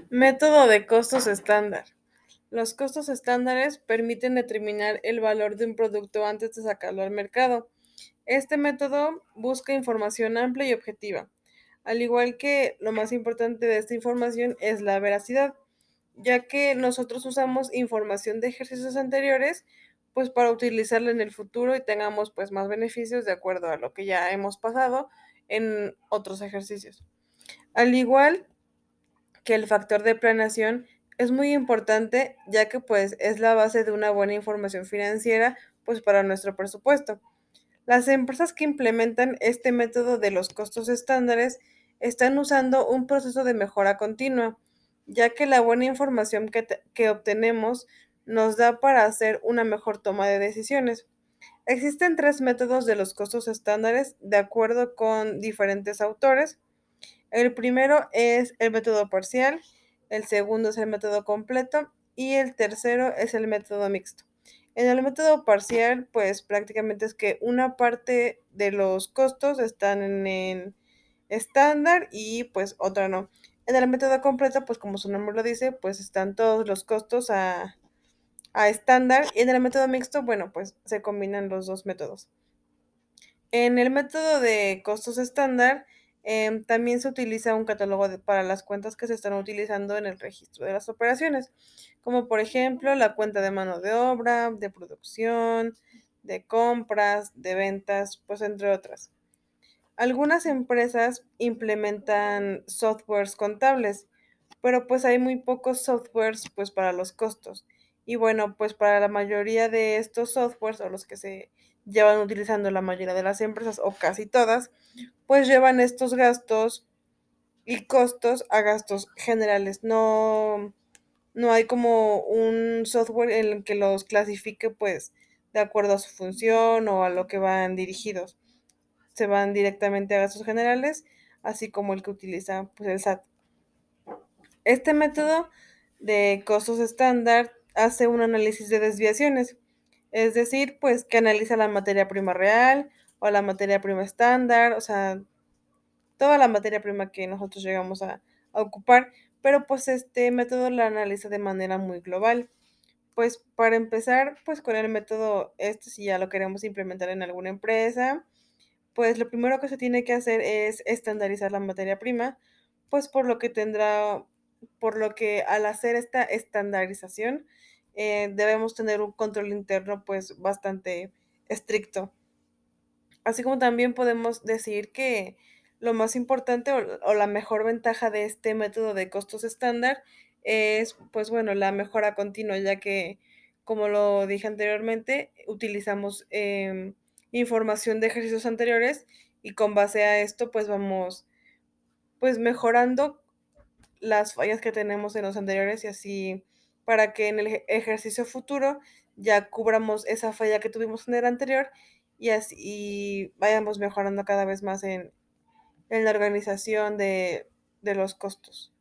Método de costos estándar. Los costos estándares permiten determinar el valor de un producto antes de sacarlo al mercado. Este método busca información amplia y objetiva, al igual que lo más importante de esta información es la veracidad, ya que nosotros usamos información de ejercicios anteriores, pues para utilizarla en el futuro y tengamos pues más beneficios de acuerdo a lo que ya hemos pasado en otros ejercicios. Al igual que el factor de planeación es muy importante, ya que pues es la base de una buena información financiera pues para nuestro presupuesto. Las empresas que implementan este método de los costos estándares están usando un proceso de mejora continua, ya que la buena información que obtenemos nos da para hacer una mejor toma de decisiones. Existen tres métodos de los costos estándares de acuerdo con diferentes autores. El primero es el método parcial, el segundo es el método completo y el tercero es el método mixto. En el método parcial, pues prácticamente es que una parte de los costos están en estándar y pues otra no. En el método completo, pues como su nombre lo dice, pues están todos los costos a estándar y en el método mixto, bueno, pues se combinan los dos métodos. En el método de costos estándar, también se utiliza un catálogo para las cuentas que se están utilizando en el registro de las operaciones, como por ejemplo la cuenta de mano de obra, de producción, de compras, de ventas, pues entre otras. Algunas empresas implementan softwares contables, pero pues hay muy pocos softwares pues para los costos. Y bueno, pues para la mayoría de estos softwares o los que se llevan utilizando la mayoría de las empresas o casi todas, pues llevan estos gastos y costos a gastos generales. No hay como un software en el que los clasifique pues de acuerdo a su función o a lo que van dirigidos. Se van directamente a gastos generales, así como el que utiliza pues el SAT. Este método de costos estándar hace un análisis de desviaciones, es decir, pues que analiza la materia prima real o la materia prima estándar, o sea, toda la materia prima que nosotros llegamos a ocupar, pero pues este método la analiza de manera muy global. Pues para empezar, pues con el método este, si ya lo queremos implementar en alguna empresa, pues lo primero que se tiene que hacer es estandarizar la materia prima, pues por lo que al hacer esta estandarización, debemos tener un control interno pues bastante estricto. Así como también podemos decir que lo más importante o la mejor ventaja de este método de costos estándar es, pues bueno, la mejora continua, ya que, como lo dije anteriormente, utilizamos información de ejercicios anteriores y con base a esto, pues vamos, pues mejorando las fallas que tenemos en los anteriores y así para que en el ejercicio futuro ya cubramos esa falla que tuvimos en el anterior y así y vayamos mejorando cada vez más en la organización de los costos.